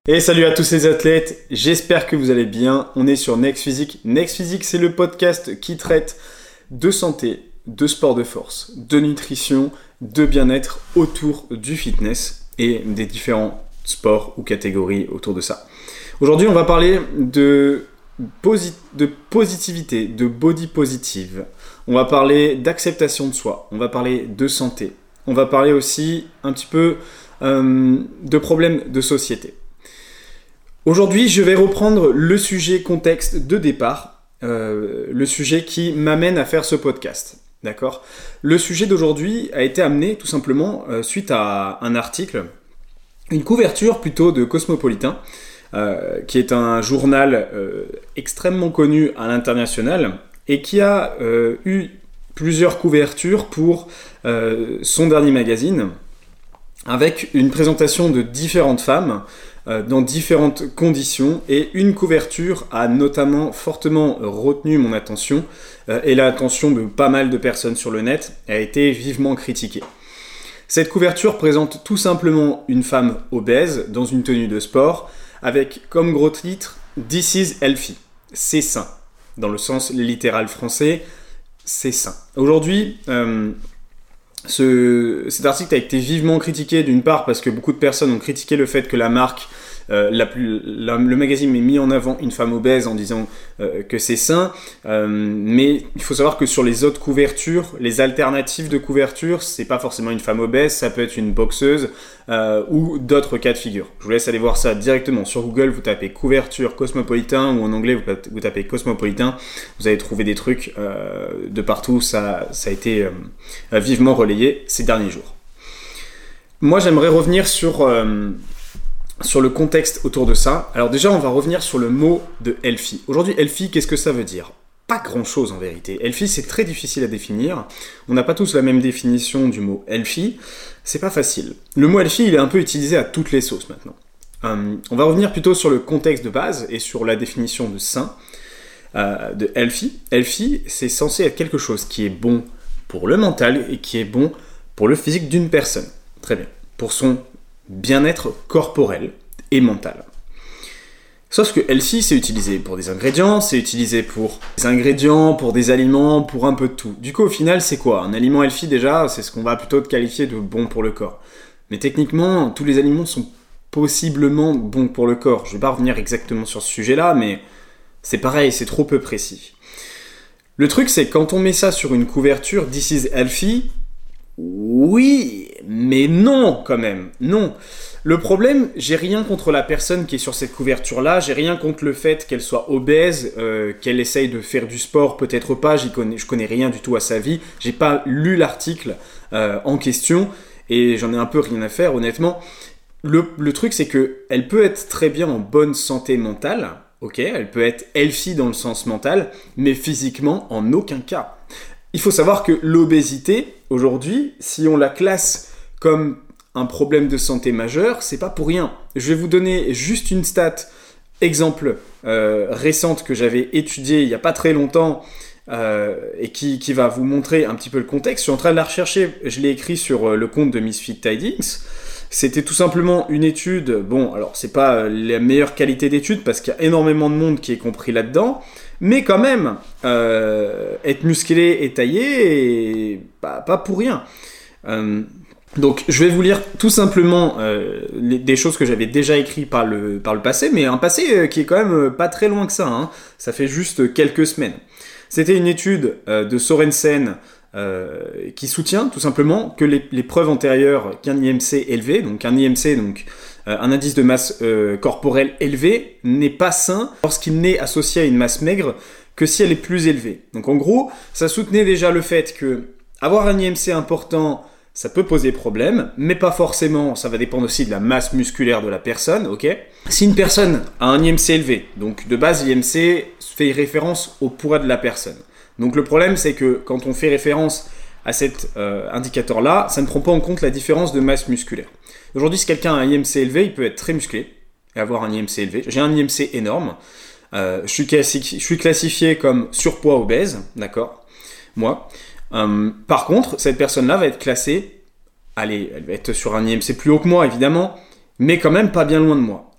Et salut à tous les athlètes, j'espère que vous allez bien. On est sur Next Physique. Next Physique, c'est le podcast qui traite de santé, de sport de force, de nutrition, de bien-être autour du fitness et des différents sports ou catégories autour de ça. Aujourd'hui, on va parler de positivité, de body positive. On va parler d'acceptation de soi. On va parler de santé. On va parler aussi un petit peu de problèmes de société. Aujourd'hui, je vais reprendre le sujet contexte de départ, le sujet qui m'amène à faire ce podcast. D'accord ? Le sujet d'aujourd'hui a été amené tout simplement suite à un article, une couverture plutôt de Cosmopolitan, qui est un journal extrêmement connu à l'international et qui a eu plusieurs couvertures pour son dernier magazine, avec une présentation de différentes femmes dans différentes conditions, et une couverture a notamment fortement retenu mon attention et l'attention de pas mal de personnes sur le net, a été vivement critiquée. Cette couverture présente tout simplement une femme obèse dans une tenue de sport avec comme gros titre « This is healthy », c'est sain, dans le sens littéral français, c'est sain. Aujourd'hui, cet article a été vivement critiqué, d'une part parce que beaucoup de personnes ont critiqué le fait que la marque, le magazine ait mis en avant une femme obèse en disant que c'est sain, mais il faut savoir que sur les autres couvertures, les alternatives de couverture, c'est pas forcément une femme obèse, ça peut être une boxeuse ou d'autres cas de figure. Je vous laisse aller voir ça directement sur Google, vous tapez couverture Cosmopolitan, ou en anglais vous tapez Cosmopolitan, vous allez trouver des trucs de partout, ça a été vivement relayé ces derniers jours. Moi, j'aimerais revenir sur le contexte autour de ça. Alors déjà, on va revenir sur le mot de healthy. Aujourd'hui, healthy, qu'est-ce que ça veut dire ? Pas grand-chose en vérité. Healthy, c'est très difficile à définir. On n'a pas tous la même définition du mot healthy. C'est pas facile. Le mot healthy, il est un peu utilisé à toutes les sauces maintenant. On va revenir plutôt sur le contexte de base et sur la définition de sain, de healthy. Healthy, c'est censé être quelque chose qui est bon pour le mental et qui est bon pour le physique d'une personne. Très bien. Pour son bien-être corporel et mental. Sauf que healthy, c'est utilisé pour des ingrédients, c'est utilisé pour des aliments, pour un peu de tout. Du coup, au final, c'est quoi ? Un aliment healthy, déjà, c'est ce qu'on va plutôt qualifier de bon pour le corps. Mais techniquement, tous les aliments sont possiblement bons pour le corps. Je ne vais pas revenir exactement sur ce sujet-là, mais c'est pareil, c'est trop peu précis. Le truc, c'est que quand on met ça sur une couverture, This is healthy, oui, mais non, quand même, non. Le problème, j'ai rien contre la personne qui est sur cette couverture-là, j'ai rien contre le fait qu'elle soit obèse, qu'elle essaye de faire du sport, peut-être pas, je connais rien du tout à sa vie, j'ai pas lu l'article en question, et j'en ai un peu rien à faire, honnêtement. Le truc, c'est que elle peut être très bien en bonne santé mentale, ok, elle peut être healthy dans le sens mental, mais physiquement, en aucun cas. Il faut savoir que l'obésité, aujourd'hui, si on la classe comme un problème de santé majeur, c'est pas pour rien. Je vais vous donner juste une stat, exemple récente que j'avais étudiée il y a pas très longtemps et qui va vous montrer un petit peu le contexte. Je suis en train de la rechercher, je l'ai écrit sur le compte de Misfit Tidings. C'était tout simplement une étude, bon, alors c'est pas la meilleure qualité d'étude parce qu'il y a énormément de monde qui est compris là-dedans, mais quand même, être musclé et taillé, et pas pour rien. Donc je vais vous lire tout simplement des choses que j'avais déjà écrites par le passé, mais un passé qui est quand même pas très loin que ça, hein. Ça fait juste quelques semaines. C'était une étude de Sorensen qui soutient tout simplement que les preuves antérieures qu'un IMC élevé, donc un IMC, donc un indice de masse corporelle élevé, n'est pas sain lorsqu'il n'est associé à une masse maigre que si elle est plus élevée. Donc en gros, ça soutenait déjà le fait que avoir un IMC important, ça peut poser problème, mais pas forcément, ça va dépendre aussi de la masse musculaire de la personne, ok ? Si une personne a un IMC élevé, donc de base l'IMC fait référence au poids de la personne. Donc le problème, c'est que quand on fait référence à cet indicateur-là, ça ne prend pas en compte la différence de masse musculaire. Aujourd'hui, si quelqu'un a un IMC élevé, il peut être très musclé et avoir un IMC élevé. J'ai un IMC énorme. Je suis classifié comme surpoids obèse, d'accord ? Moi. Par contre, cette personne-là va être classée, elle va être sur un IMC plus haut que moi, évidemment, mais quand même pas bien loin de moi.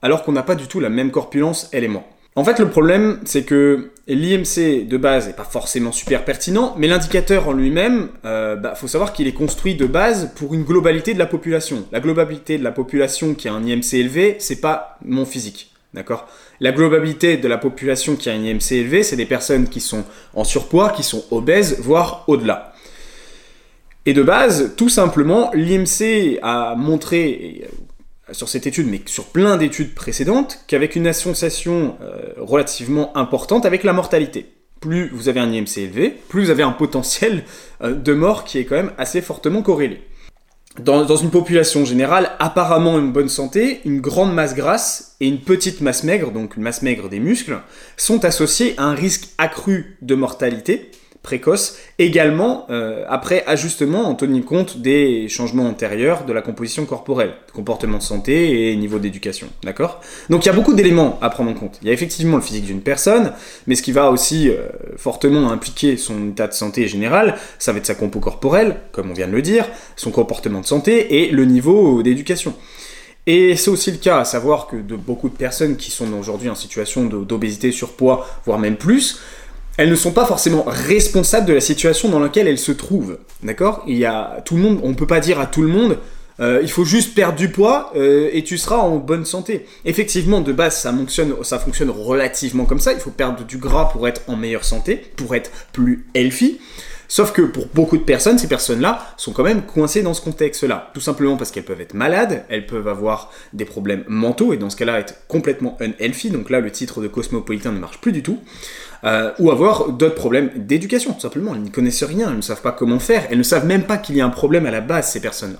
alors qu'on n'a pas du tout la même corpulence, elle et moi. En fait, le problème, c'est que l'IMC de base n'est pas forcément super pertinent, mais l'indicateur en lui-même, faut savoir qu'il est construit de base pour une globalité de la population. La globalité de la population qui a un IMC élevé, c'est pas mon physique, d'accord ? La globalité de la population qui a un IMC élevé, c'est des personnes qui sont en surpoids, qui sont obèses, voire au-delà. Et de base, tout simplement, l'IMC a montré, sur cette étude, mais sur plein d'études précédentes, qu'avec une association relativement importante avec la mortalité. Plus vous avez un IMC élevé, plus vous avez un potentiel de mort qui est quand même assez fortement corrélé. Dans une population générale, apparemment une bonne santé, une grande masse grasse et une petite masse maigre, donc une masse maigre des muscles, sont associés à un risque accru de mortalité précoce, également après ajustement en tenant compte des changements antérieurs de la composition corporelle, comportement de santé et niveau d'éducation, d'accord ? Donc il y a beaucoup d'éléments à prendre en compte. Il y a effectivement le physique d'une personne, mais ce qui va aussi fortement impliquer son état de santé général, ça va être sa compo corporelle, comme on vient de le dire, son comportement de santé et le niveau d'éducation. Et c'est aussi le cas, à savoir que de beaucoup de personnes qui sont aujourd'hui en situation d'obésité, surpoids, voire même plus, elles ne sont pas forcément responsables de la situation dans laquelle elles se trouvent, d'accord ? Il y a tout le monde, on ne peut pas dire à tout le monde il faut juste perdre du poids et tu seras en bonne santé. Effectivement, de base, ça fonctionne relativement comme ça. Il faut perdre du gras pour être en meilleure santé, pour être plus healthy. Sauf que pour beaucoup de personnes, ces personnes-là sont quand même coincées dans ce contexte-là. Tout simplement parce qu'elles peuvent être malades, elles peuvent avoir des problèmes mentaux, et dans ce cas-là, être complètement unhealthy. Donc là, le titre de cosmopolitain ne marche plus du tout. Ou avoir d'autres problèmes d'éducation, tout simplement. Elles n'y connaissent rien, elles ne savent pas comment faire, elles ne savent même pas qu'il y a un problème à la base, ces personnes-là.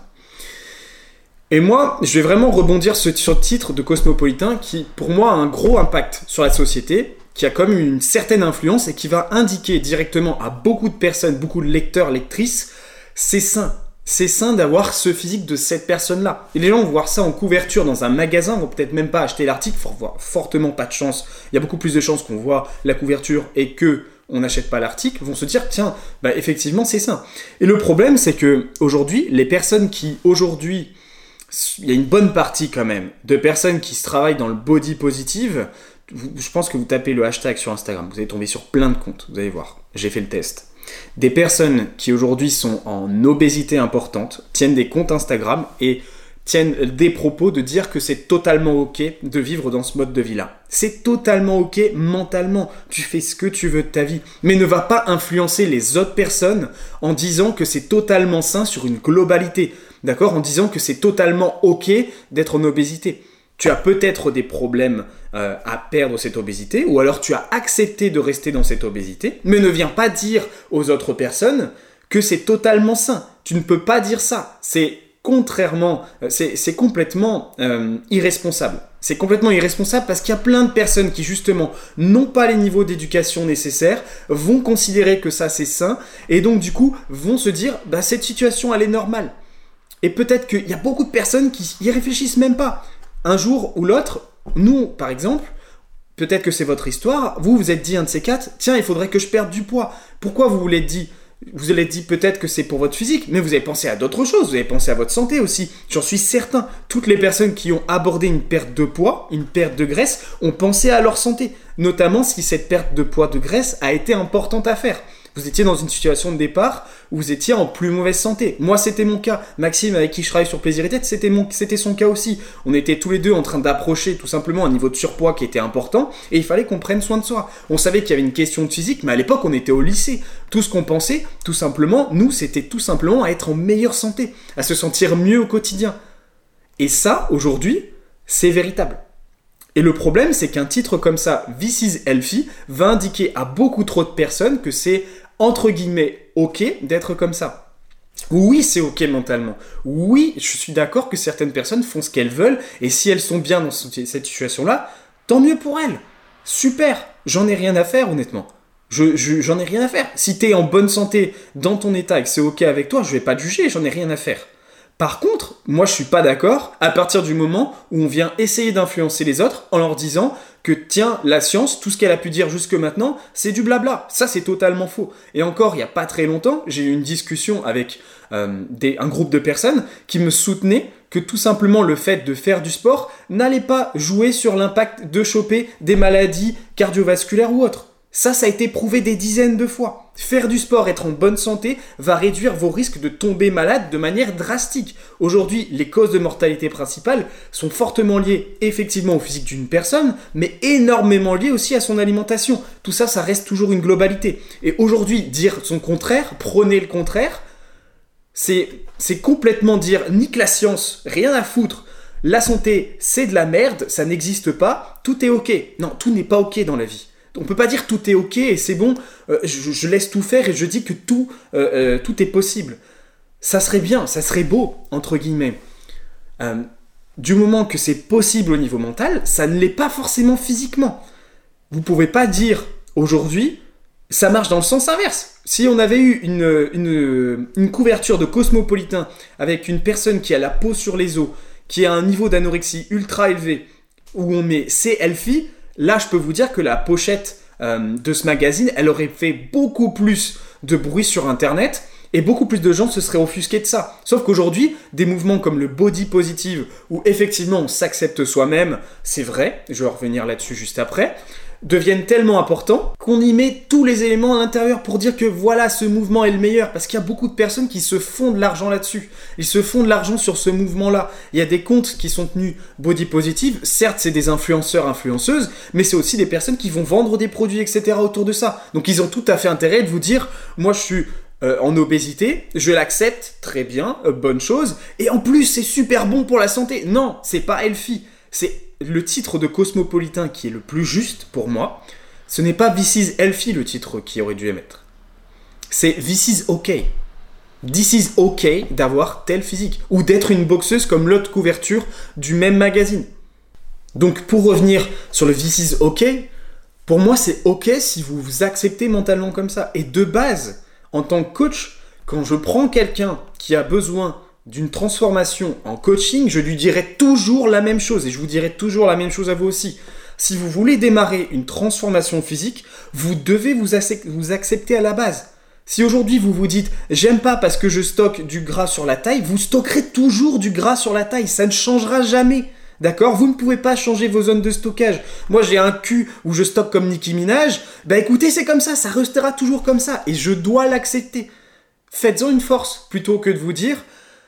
Et moi, je vais vraiment rebondir sur le titre de cosmopolitain qui, pour moi, a un gros impact sur la société, qui a comme une certaine influence et qui va indiquer directement à beaucoup de personnes, beaucoup de lecteurs, lectrices, c'est sain. C'est sain d'avoir ce physique de cette personne-là. Et les gens vont voir ça en couverture dans un magasin, vont peut-être même pas acheter l'article, fortement pas de chance. Il y a beaucoup plus de chances qu'on voit la couverture et que on n'achète pas l'article, vont se dire tiens, effectivement c'est sain. Et le problème c'est que aujourd'hui, les personnes qui aujourd'hui, il y a une bonne partie quand même de personnes qui se travaillent dans le body positive. Je pense que vous tapez le hashtag sur Instagram, vous allez tomber sur plein de comptes, vous allez voir, j'ai fait le test. Des personnes qui aujourd'hui sont en obésité importante tiennent des comptes Instagram et tiennent des propos de dire que c'est totalement ok de vivre dans ce mode de vie-là. C'est totalement ok mentalement, tu fais ce que tu veux de ta vie, mais ne va pas influencer les autres personnes en disant que c'est totalement sain sur une globalité, d'accord ? En disant que c'est totalement ok d'être en obésité. Tu as peut-être des problèmes à perdre cette obésité, ou alors tu as accepté de rester dans cette obésité, mais ne viens pas dire aux autres personnes que c'est totalement sain. Tu ne peux pas dire ça. C'est complètement irresponsable. C'est complètement irresponsable parce qu'il y a plein de personnes qui justement n'ont pas les niveaux d'éducation nécessaires, vont considérer que ça c'est sain, et donc du coup vont se dire cette situation elle est normale. Et peut-être qu'il y a beaucoup de personnes qui y réfléchissent même pas. Un jour ou l'autre, nous, par exemple, peut-être que c'est votre histoire, vous êtes dit un de ces quatre, tiens, il faudrait que je perde du poids. Pourquoi vous l'êtes dit ? Vous allez dit peut-être que c'est pour votre physique, mais vous avez pensé à d'autres choses, vous avez pensé à votre santé aussi. J'en suis certain, toutes les personnes qui ont abordé une perte de poids, une perte de graisse, ont pensé à leur santé. Notamment si cette perte de poids de graisse a été importante à faire. Vous étiez dans une situation de départ où vous étiez en plus mauvaise santé. Moi, c'était mon cas. Maxime, avec qui je travaille sur Plaisir et Tête, c'était son cas aussi. On était tous les deux en train d'approcher tout simplement un niveau de surpoids qui était important et il fallait qu'on prenne soin de soi. On savait qu'il y avait une question de physique, mais à l'époque, on était au lycée. Tout ce qu'on pensait, tout simplement, nous, c'était tout simplement à être en meilleure santé, à se sentir mieux au quotidien. Et ça, aujourd'hui, c'est véritable. Et le problème, c'est qu'un titre comme ça, This is Healthy, va indiquer à beaucoup trop de personnes que c'est entre guillemets ok d'être comme ça. Oui, c'est ok mentalement. Oui, je suis d'accord que certaines personnes font ce qu'elles veulent et si elles sont bien dans cette situation-là, tant mieux pour elles. Super, j'en ai rien à faire honnêtement. J'en ai rien à faire. Si t'es en bonne santé dans ton état et que c'est ok avec toi, je vais pas te juger, j'en ai rien à faire. Par contre, moi je suis pas d'accord à partir du moment où on vient essayer d'influencer les autres en leur disant que tiens, la science, tout ce qu'elle a pu dire jusque maintenant, c'est du blabla. Ça, c'est totalement faux. Et encore, il y a pas très longtemps, j'ai eu une discussion avec un groupe de personnes qui me soutenaient que tout simplement le fait de faire du sport n'allait pas jouer sur l'impact de choper des maladies cardiovasculaires ou autres. Ça a été prouvé des dizaines de fois. Faire du sport, être en bonne santé, va réduire vos risques de tomber malade de manière drastique. Aujourd'hui, les causes de mortalité principales sont fortement liées effectivement au physique d'une personne, mais énormément liées aussi à son alimentation. Tout ça, ça reste toujours une globalité. Et aujourd'hui, dire son contraire, prôner le contraire, c'est complètement dire nique la science, rien à foutre. La santé, c'est de la merde, ça n'existe pas, tout est ok. Non, tout n'est pas ok dans la vie. On peut pas dire tout est ok et c'est bon, je laisse tout faire et je dis que tout est possible. Ça serait bien, ça serait beau, entre guillemets. Du moment que c'est possible au niveau mental, ça ne l'est pas forcément physiquement. Vous pouvez pas dire aujourd'hui, ça marche dans le sens inverse. Si on avait eu une couverture de Cosmopolitain avec une personne qui a la peau sur les os, qui a un niveau d'anorexie ultra élevé, où on met c'est healthy, là, je peux vous dire que la pochette de ce magazine, elle aurait fait beaucoup plus de bruit sur Internet et beaucoup plus de gens se seraient offusqués de ça. Sauf qu'aujourd'hui, des mouvements comme le body positive, où effectivement on s'accepte soi-même, c'est vrai, je vais revenir là-dessus juste après, deviennent tellement importants qu'on y met tous les éléments à l'intérieur pour dire que voilà, ce mouvement est le meilleur, parce qu'il y a beaucoup de personnes qui se font de l'argent là-dessus. Ils se font de l'argent sur ce mouvement-là. Il y a des comptes qui sont tenus body positive, certes c'est des influenceurs, influenceuses, mais c'est aussi des personnes qui vont vendre des produits, etc. autour de ça. Donc ils ont tout à fait intérêt de vous dire, moi je suis en obésité, je l'accepte, très bien, bonne chose, et en plus c'est super bon pour la santé. Non, c'est pas healthy, c'est le titre de Cosmopolitain qui est le plus juste pour moi. Ce n'est pas This is healthy le titre qui aurait dû émettre. C'est This is okay. This is okay d'avoir tel physique. Ou d'être une boxeuse comme l'autre couverture du même magazine. Donc pour revenir sur le This is okay, pour moi c'est ok si vous vous acceptez mentalement comme ça. Et de base, en tant que coach, quand je prends quelqu'un qui a besoin d'une transformation en coaching, je lui dirai toujours la même chose et je vous dirai toujours la même chose à vous aussi. Si vous voulez démarrer une transformation physique, vous devez vous accepter à la base. Si aujourd'hui vous vous dites « j'aime pas parce que je stocke du gras sur la taille », vous stockerez toujours du gras sur la taille, ça ne changera jamais. D'accord ? Vous ne pouvez pas changer vos zones de stockage. Moi j'ai un cul où je stocke comme Nicki Minaj, bah écoutez c'est comme ça restera toujours comme ça et je dois l'accepter. Faites-en une force plutôt que de vous dire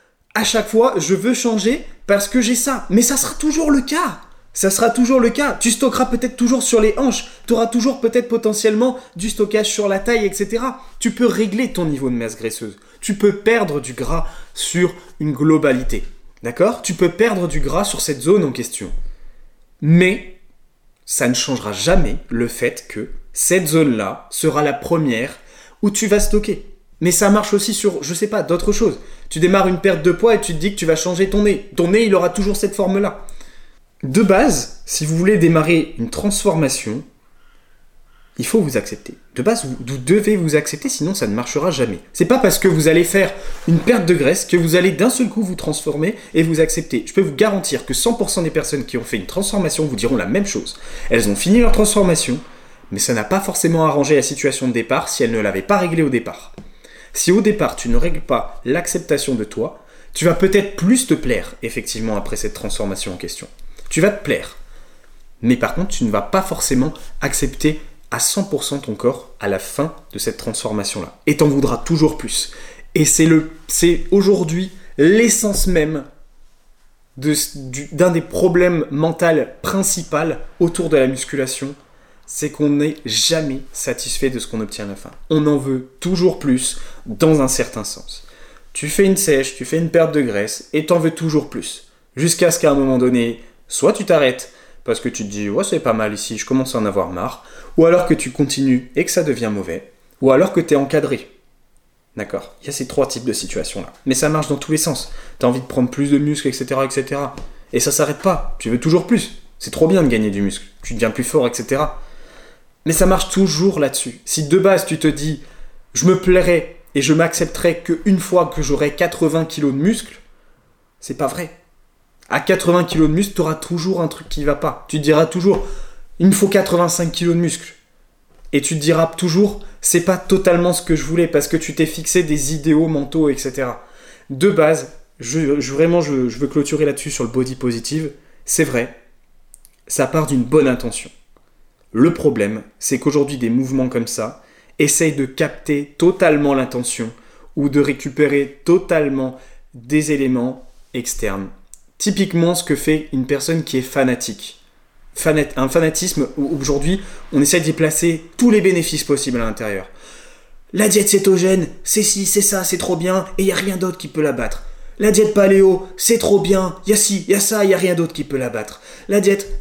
à chaque fois, je veux changer parce que j'ai ça. Mais ça sera toujours le cas. Ça sera toujours le cas. Tu stockeras peut-être toujours sur les hanches. Tu auras toujours peut-être potentiellement du stockage sur la taille, etc. Tu peux régler ton niveau de masse graisseuse. Tu peux perdre du gras sur une globalité. D'accord ? Tu peux perdre du gras sur cette zone en question. Mais ça ne changera jamais le fait que cette zone-là sera la première où tu vas stocker. Mais ça marche aussi sur, je sais pas, d'autres choses. Tu démarres une perte de poids et tu te dis que tu vas changer ton nez. Ton nez, il aura toujours cette forme-là. De base, si vous voulez démarrer une transformation, il faut vous accepter. De base, vous devez vous accepter, sinon ça ne marchera jamais. C'est pas parce que vous allez faire une perte de graisse que vous allez d'un seul coup vous transformer et vous accepter. Je peux vous garantir que 100% des personnes qui ont fait une transformation vous diront la même chose. Elles ont fini leur transformation, mais ça n'a pas forcément arrangé la situation de départ si elles ne l'avaient pas réglée au départ. Si au départ tu ne règles pas l'acceptation de toi, tu vas peut-être plus te plaire effectivement après cette transformation en question. Tu vas te plaire. Mais par contre, tu ne vas pas forcément accepter à 100% ton corps à la fin de cette transformation-là. Et t'en voudras toujours plus. Et c'est aujourd'hui l'essence même d'un des problèmes mentaux principaux autour de la musculation. C'est qu'on n'est jamais satisfait de ce qu'on obtient à la fin. On en veut toujours plus, dans un certain sens. Tu fais une sèche, tu fais une perte de graisse, et t'en veux toujours plus. Jusqu'à ce qu'à un moment donné, soit tu t'arrêtes, parce que tu te dis « ouais, c'est pas mal ici, je commence à en avoir marre », ou alors que tu continues et que ça devient mauvais, ou alors que tu es encadré. D'accord ? Il y a ces trois types de situations-là. Mais ça marche dans tous les sens. Tu as envie de prendre plus de muscles, etc., etc. Et ça s'arrête pas. Tu veux toujours plus. C'est trop bien de gagner du muscle. Tu deviens plus fort, etc. Mais ça marche toujours là-dessus. Si de base tu te dis « je me plairai et je m'accepterai qu'une fois que j'aurai 80 kilos de muscles », C'est pas vrai. À 80 kg de muscle, tu auras toujours un truc qui va pas. Tu te diras toujours, il me faut 85 kg de muscle. Et tu te diras toujours, c'est pas totalement ce que je voulais parce que tu t'es fixé des idéaux mentaux, etc. De base, je veux clôturer là-dessus sur le body positive. C'est vrai, ça part d'une bonne intention. Le problème, c'est qu'aujourd'hui, des mouvements comme ça essayent de capter totalement l'intention ou de récupérer totalement des éléments externes. Typiquement, ce que fait une personne qui est fanatique. Un fanatisme où aujourd'hui, on essaie d'y placer tous les bénéfices possibles à l'intérieur. La diète cétogène, c'est ci, c'est ça, c'est trop bien, et il n'y a rien d'autre qui peut la battre. La diète paléo, c'est trop bien, il y a ci, il y a ça, il n'y a rien d'autre qui peut la battre. La diète,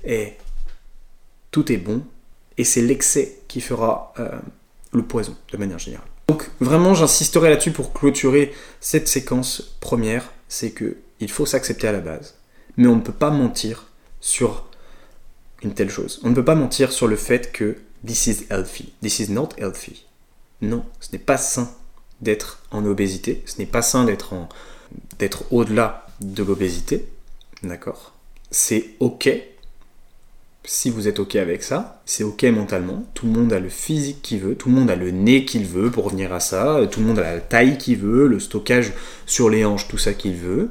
tout est bon, et c'est l'excès qui fera le poison, de manière générale. Donc vraiment, j'insisterai là-dessus pour clôturer cette séquence première, c'est que il faut s'accepter à la base, mais on ne peut pas mentir sur une telle chose. On ne peut pas mentir sur le fait que this is healthy, this is not healthy. Non, ce n'est pas sain d'être en obésité, ce n'est pas sain d'être au-delà de l'obésité, d'accord ? C'est ok, si vous êtes ok avec ça, c'est ok mentalement, tout le monde a le physique qu'il veut, tout le monde a le nez qu'il veut pour revenir à ça, tout le monde a la taille qu'il veut, le stockage sur les hanches, tout ça qu'il veut,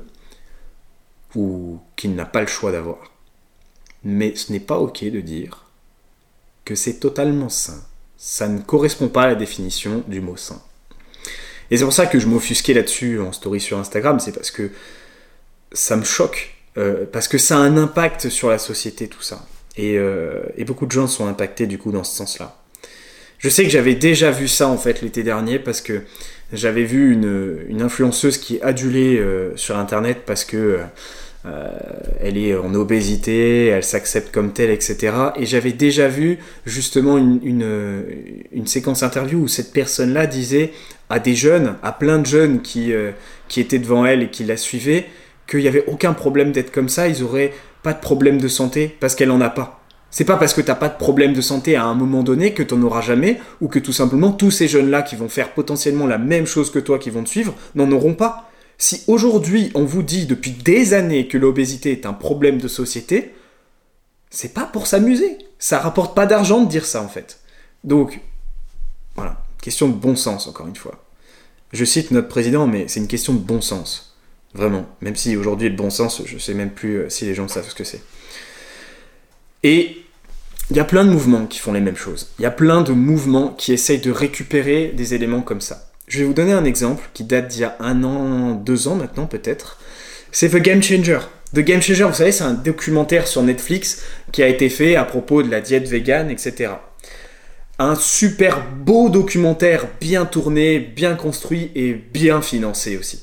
ou qu'il n'a pas le choix d'avoir. Mais ce n'est pas ok de dire que c'est totalement sain. Ça ne correspond pas à la définition du mot sain. Et c'est pour ça que je m'offusquais là-dessus en story sur Instagram, c'est parce que ça me choque, parce que ça a un impact sur la société, tout ça. Et beaucoup de gens sont impactés du coup dans ce sens-là. Je sais que j'avais déjà vu ça en fait l'été dernier, parce que j'avais vu une influenceuse qui est adulée sur internet parce que elle est en obésité, elle s'accepte comme telle, etc. Et j'avais déjà vu justement une séquence interview où cette personne-là disait à des jeunes, à plein de jeunes qui étaient devant elle et qui la suivaient, qu'il n'y avait aucun problème d'être comme ça, ils n'auraient pas de problème de santé parce qu'elle n'en a pas. C'est pas parce que t'as pas de problème de santé à un moment donné que t'en auras jamais, ou que tout simplement tous ces jeunes-là qui vont faire potentiellement la même chose que toi, qui vont te suivre, n'en auront pas. Si aujourd'hui on vous dit depuis des années que l'obésité est un problème de société, c'est pas pour s'amuser. Ça rapporte pas d'argent de dire ça en fait. Donc, voilà, question de bon sens encore une fois. Je cite notre président, mais c'est une question de bon sens. Vraiment. Même si aujourd'hui le bon sens, je sais même plus si les gens savent ce que c'est. Et il y a plein de mouvements qui font les mêmes choses. Il y a plein de mouvements qui essayent de récupérer des éléments comme ça. Je vais vous donner un exemple qui date d'il y a 1 an, 2 ans maintenant peut-être. C'est The Game Changer. The Game Changer, vous savez, c'est un documentaire sur Netflix qui a été fait à propos de la diète végane, etc. Un super beau documentaire, bien tourné, bien construit et bien financé aussi.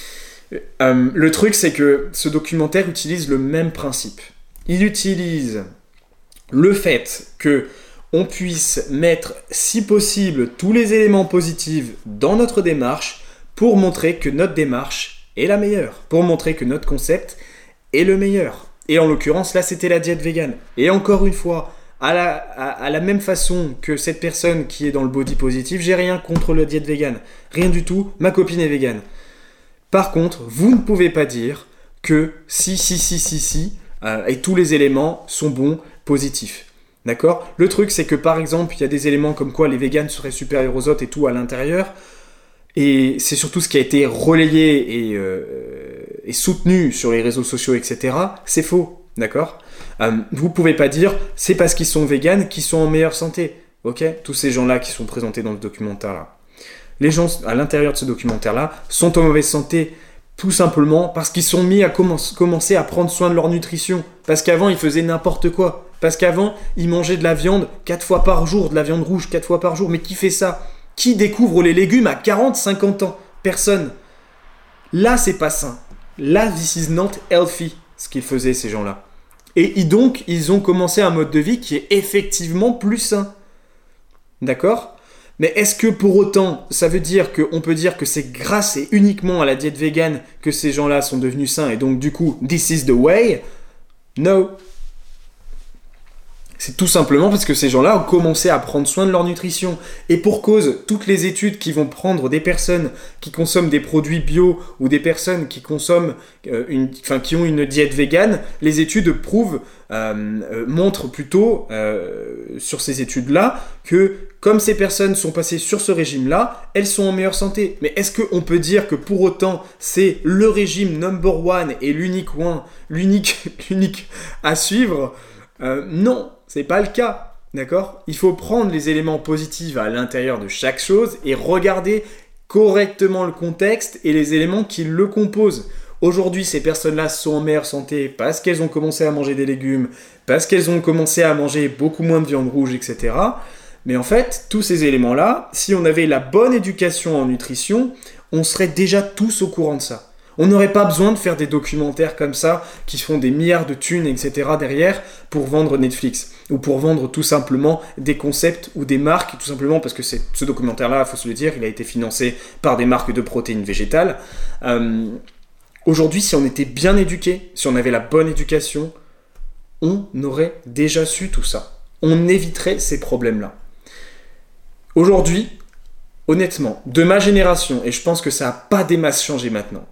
Le truc, c'est que ce documentaire utilise le même principe. Il utilise le fait que on puisse mettre, si possible, tous les éléments positifs dans notre démarche pour montrer que notre démarche est la meilleure, pour montrer que notre concept est le meilleur. Et en l'occurrence, là, c'était la diète végane. Et encore une fois, à la même façon que cette personne qui est dans le body positif, j'ai rien contre la diète végane. Rien du tout, ma copine est végane. Par contre, vous ne pouvez pas dire que si, et tous les éléments sont bons, positifs. D'accord ? Le truc, c'est que par exemple, il y a des éléments comme quoi les véganes seraient supérieurs aux autres et tout à l'intérieur. Et c'est surtout ce qui a été relayé et soutenu sur les réseaux sociaux, etc. C'est faux. D'accord ? Vous pouvez pas dire c'est parce qu'ils sont véganes qu'ils sont en meilleure santé. Ok ? Tous ces gens-là qui sont présentés dans le documentaire-là. Les gens à l'intérieur de ce documentaire-là sont en mauvaise santé. Tout simplement parce qu'ils sont mis à commencer à prendre soin de leur nutrition. Parce qu'avant, ils faisaient n'importe quoi. Parce qu'avant, ils mangeaient de la viande 4 fois par jour, de la viande rouge 4 fois par jour. Mais qui fait ça ? Qui découvre les légumes à 40, 50 ans ? Personne. Là, c'est pas sain. Là, this is not healthy, ce qu'ils faisaient, ces gens-là. Et donc, ils ont commencé un mode de vie qui est effectivement plus sain. D'accord ? Mais est-ce que pour autant, ça veut dire qu'on peut dire que c'est grâce et uniquement à la diète végane que ces gens-là sont devenus sains et donc du coup, this is the way ? No. C'est tout simplement parce que ces gens-là ont commencé à prendre soin de leur nutrition. Et pour cause, toutes les études qui vont prendre des personnes qui consomment des produits bio ou des personnes qui consomment qui ont une diète végane, les études montrent plutôt sur ces études-là que comme ces personnes sont passées sur ce régime-là, elles sont en meilleure santé. Mais est-ce qu'on peut dire que pour autant c'est le régime number one et l'unique à suivre? Non, c'est pas le cas, d'accord? Il faut prendre les éléments positifs à l'intérieur de chaque chose et regarder correctement le contexte et les éléments qui le composent. Aujourd'hui, ces personnes-là sont en meilleure santé parce qu'elles ont commencé à manger des légumes, parce qu'elles ont commencé à manger beaucoup moins de viande rouge, etc. Mais en fait, tous ces éléments-là, si on avait la bonne éducation en nutrition, on serait déjà tous au courant de ça. On n'aurait pas besoin de faire des documentaires comme ça, qui font des milliards de thunes, etc. derrière, pour vendre Netflix. Ou pour vendre tout simplement des concepts ou des marques, tout simplement parce que ce documentaire-là, il faut se le dire, il a été financé par des marques de protéines végétales. Aujourd'hui, si on était bien éduqué, si on avait la bonne éducation, on aurait déjà su tout ça. On éviterait ces problèmes-là. Aujourd'hui, honnêtement, de ma génération, et je pense que ça n'a pas des masses changé maintenant,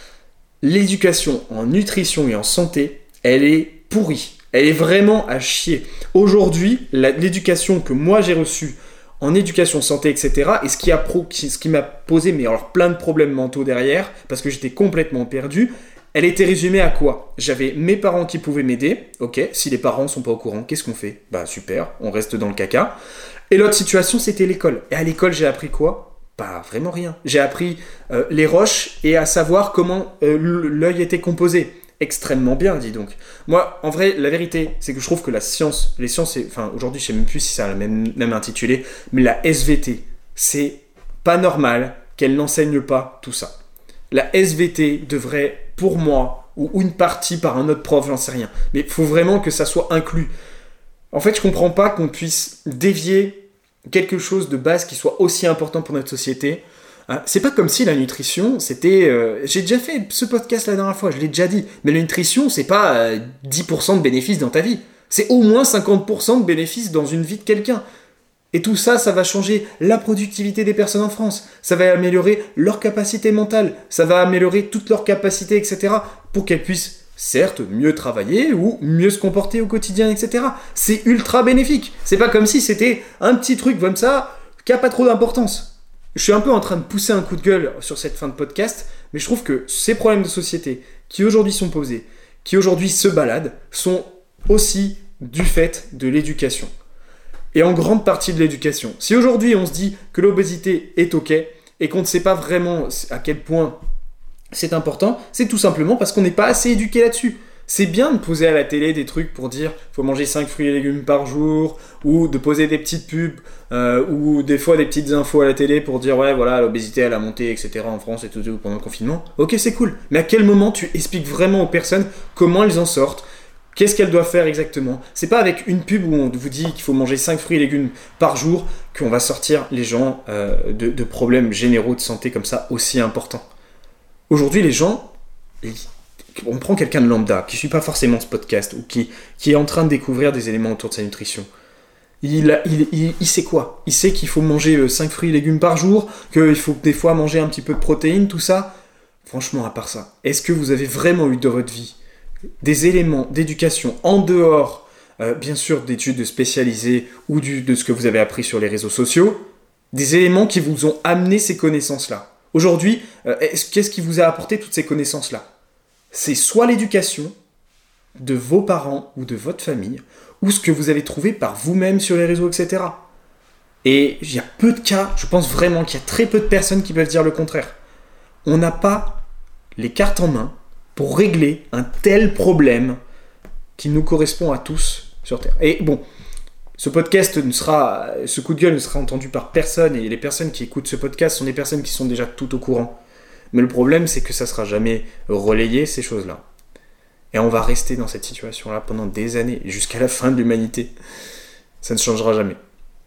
l'éducation en nutrition et en santé, elle est pourrie. Elle est vraiment à chier. Aujourd'hui, l'éducation que moi j'ai reçue en éducation santé, etc., et ce qui m'a posé plein de problèmes mentaux derrière, parce que j'étais complètement perdu, elle était résumée à quoi? J'avais mes parents qui pouvaient m'aider. Ok, si les parents sont pas au courant, qu'est-ce qu'on fait? Bah super, on reste dans le caca. Et l'autre situation, c'était l'école. Et à l'école, j'ai appris quoi? Pas vraiment rien. J'ai appris les roches et à savoir comment l'œil était composé. Extrêmement bien, dis donc. Moi, en vrai, la vérité, c'est que je trouve que les sciences, aujourd'hui, je sais même plus si ça a le même intitulé, mais la SVT, c'est pas normal qu'elle n'enseigne pas tout ça. La SVT devrait, pour moi, ou une partie par un autre prof, j'en sais rien, mais il faut vraiment que ça soit inclus. En fait, je comprends pas qu'on puisse dévier quelque chose de base qui soit aussi important pour notre société. C'est pas comme si la nutrition, c'était... j'ai déjà fait ce podcast la dernière fois, je l'ai déjà dit, mais la nutrition, c'est pas 10% de bénéfices dans ta vie. C'est au moins 50% de bénéfices dans une vie de quelqu'un. Et tout ça, ça va changer la productivité des personnes en France. Ça va améliorer leur capacité mentale. Ça va améliorer toutes leurs capacités, etc. pour qu'elles puissent, certes, mieux travailler ou mieux se comporter au quotidien, etc. C'est ultra bénéfique. C'est pas comme si c'était un petit truc comme ça qui a pas trop d'importance. Je suis un peu en train de pousser un coup de gueule sur cette fin de podcast, mais je trouve que ces problèmes de société qui aujourd'hui sont posés, qui aujourd'hui se baladent, sont aussi du fait de l'éducation. Et en grande partie de l'éducation. Si aujourd'hui on se dit que l'obésité est ok et qu'on ne sait pas vraiment à quel point c'est important, c'est tout simplement parce qu'on n'est pas assez éduqué là-dessus. C'est bien de poser à la télé des trucs pour dire faut manger 5 fruits et légumes par jour, ou de poser des petites pubs, ou des fois des petites infos à la télé pour dire ouais voilà l'obésité elle a monté etc en France et tout pendant le confinement. Ok, c'est cool, mais à quel moment tu expliques vraiment aux personnes comment elles en sortent? Qu'est-ce qu'elle doit faire exactement? C'est pas avec une pub où on vous dit qu'il faut manger 5 fruits et légumes par jour qu'on va sortir les gens de problèmes généraux de santé comme ça aussi importants. Aujourd'hui, les gens, on prend quelqu'un de lambda qui ne suit pas forcément ce podcast ou qui est en train de découvrir des éléments autour de sa nutrition. Il sait quoi? Il sait qu'il faut manger 5 fruits et légumes par jour, qu'il faut des fois manger un petit peu de protéines, tout ça. Franchement, à part ça, est-ce que vous avez vraiment eu dans votre vie des éléments d'éducation en dehors, bien sûr, d'études spécialisées ou de ce que vous avez appris sur les réseaux sociaux, des éléments qui vous ont amené ces connaissances-là? Aujourd'hui, qu'est-ce qui vous a apporté toutes ces connaissances-là? C'est soit l'éducation de vos parents ou de votre famille, ou ce que vous avez trouvé par vous-même sur les réseaux, etc. Et il y a peu de cas, je pense vraiment qu'il y a très peu de personnes qui peuvent dire le contraire. On n'a pas les cartes en main pour régler un tel problème qui nous correspond à tous sur Terre. Et bon, ce coup de gueule ne sera entendu par personne, et les personnes qui écoutent ce podcast sont des personnes qui sont déjà tout au courant. Mais le problème, c'est que ça ne sera jamais relayé, ces choses-là. Et on va rester dans cette situation-là pendant des années, jusqu'à la fin de l'humanité. Ça ne changera jamais.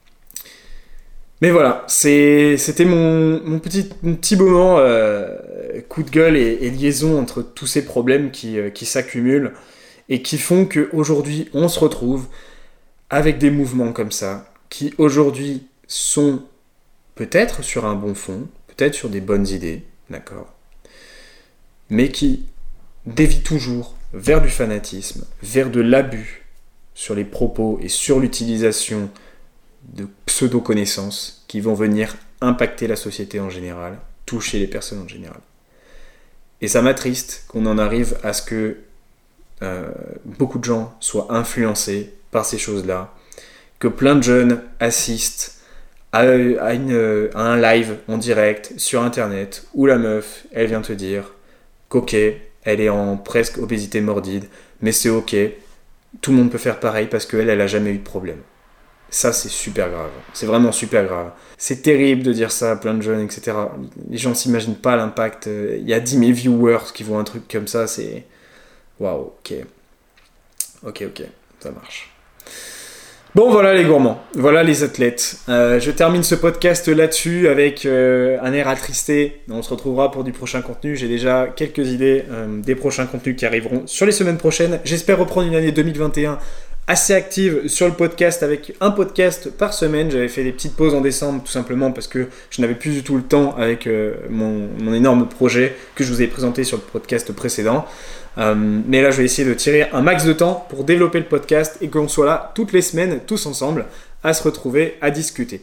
Mais voilà, c'était mon petit moment coup de gueule et liaison entre tous ces problèmes qui s'accumulent et qui font qu'aujourd'hui, on se retrouve avec des mouvements comme ça, qui aujourd'hui sont peut-être sur un bon fond, peut-être sur des bonnes idées, d'accord, mais qui dévient toujours vers du fanatisme, vers de l'abus sur les propos et sur l'utilisation de pseudo-connaissances qui vont venir impacter la société en général, toucher les personnes en général. Et ça m'attriste qu'on en arrive à ce que beaucoup de gens soient influencés par ces choses-là, que plein de jeunes assistent à un live en direct sur internet où la meuf, elle vient te dire qu'ok, elle est en presque obésité morbide, mais c'est ok, tout le monde peut faire pareil parce qu'elle, elle a jamais eu de problème. Ça, c'est super grave. C'est vraiment super grave. C'est terrible de dire ça à plein de jeunes, etc. Les gens ne s'imaginent pas l'impact. Il y a 10 000 viewers qui voient un truc comme ça, c'est... Waouh, ok. Ok, ça marche. Bon, voilà les gourmands, voilà les athlètes. Je termine ce podcast là-dessus avec un air attristé. On se retrouvera pour du prochain contenu. J'ai déjà quelques idées des prochains contenus qui arriveront sur les semaines prochaines. J'espère reprendre une année 2021 assez active sur le podcast avec un podcast par semaine. J'avais fait des petites pauses en décembre tout simplement parce que je n'avais plus du tout le temps avec mon énorme projet que je vous ai présenté sur le podcast précédent. Mais là je vais essayer de tirer un max de temps pour développer le podcast et qu'on soit là toutes les semaines tous ensemble à se retrouver, à discuter.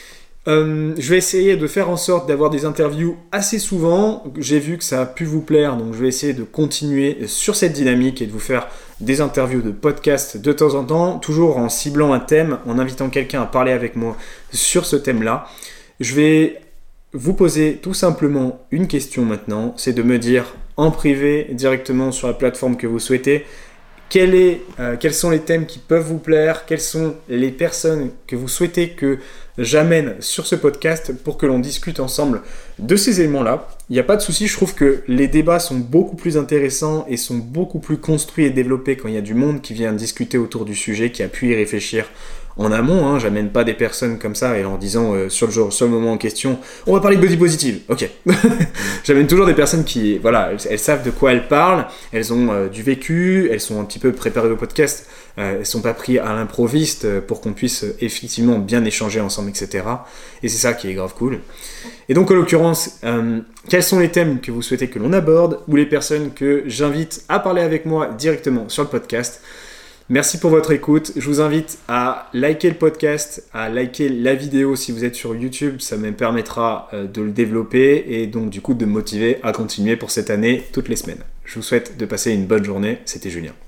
Je vais essayer de faire en sorte d'avoir des interviews assez souvent. J'ai vu que ça a pu vous plaire, donc je vais essayer de continuer sur cette dynamique et de vous faire des interviews de podcast de temps en temps, toujours en ciblant un thème, en invitant quelqu'un à parler avec moi sur ce thème-là. Je vais vous poser tout simplement une question maintenant, c'est de me dire en privé, directement sur la plateforme que vous souhaitez, quels sont les thèmes qui peuvent vous plaire, quelles sont les personnes que vous souhaitez que j'amène sur ce podcast pour que l'on discute ensemble de ces éléments-là. Il n'y a pas de souci, je trouve que les débats sont beaucoup plus intéressants et sont beaucoup plus construits et développés quand il y a du monde qui vient discuter autour du sujet, qui a pu y réfléchir en amont, hein. J'amène pas des personnes comme ça et en disant sur le moment en question, on va parler de body positive, ok. J'amène toujours des personnes qui, voilà, elles savent de quoi elles parlent, elles ont du vécu, elles sont un petit peu préparées au podcast, elles sont pas pris à l'improviste pour qu'on puisse effectivement bien échanger ensemble, etc. Et c'est ça qui est grave cool. Et donc en l'occurrence, quels sont les thèmes que vous souhaitez que l'on aborde ou les personnes que j'invite à parler avec moi directement sur le podcast. Merci pour votre écoute. Je vous invite à liker le podcast, à liker la vidéo si vous êtes sur YouTube. Ça me permettra de le développer et donc du coup de me motiver à continuer pour cette année toutes les semaines. Je vous souhaite de passer une bonne journée. C'était Julien.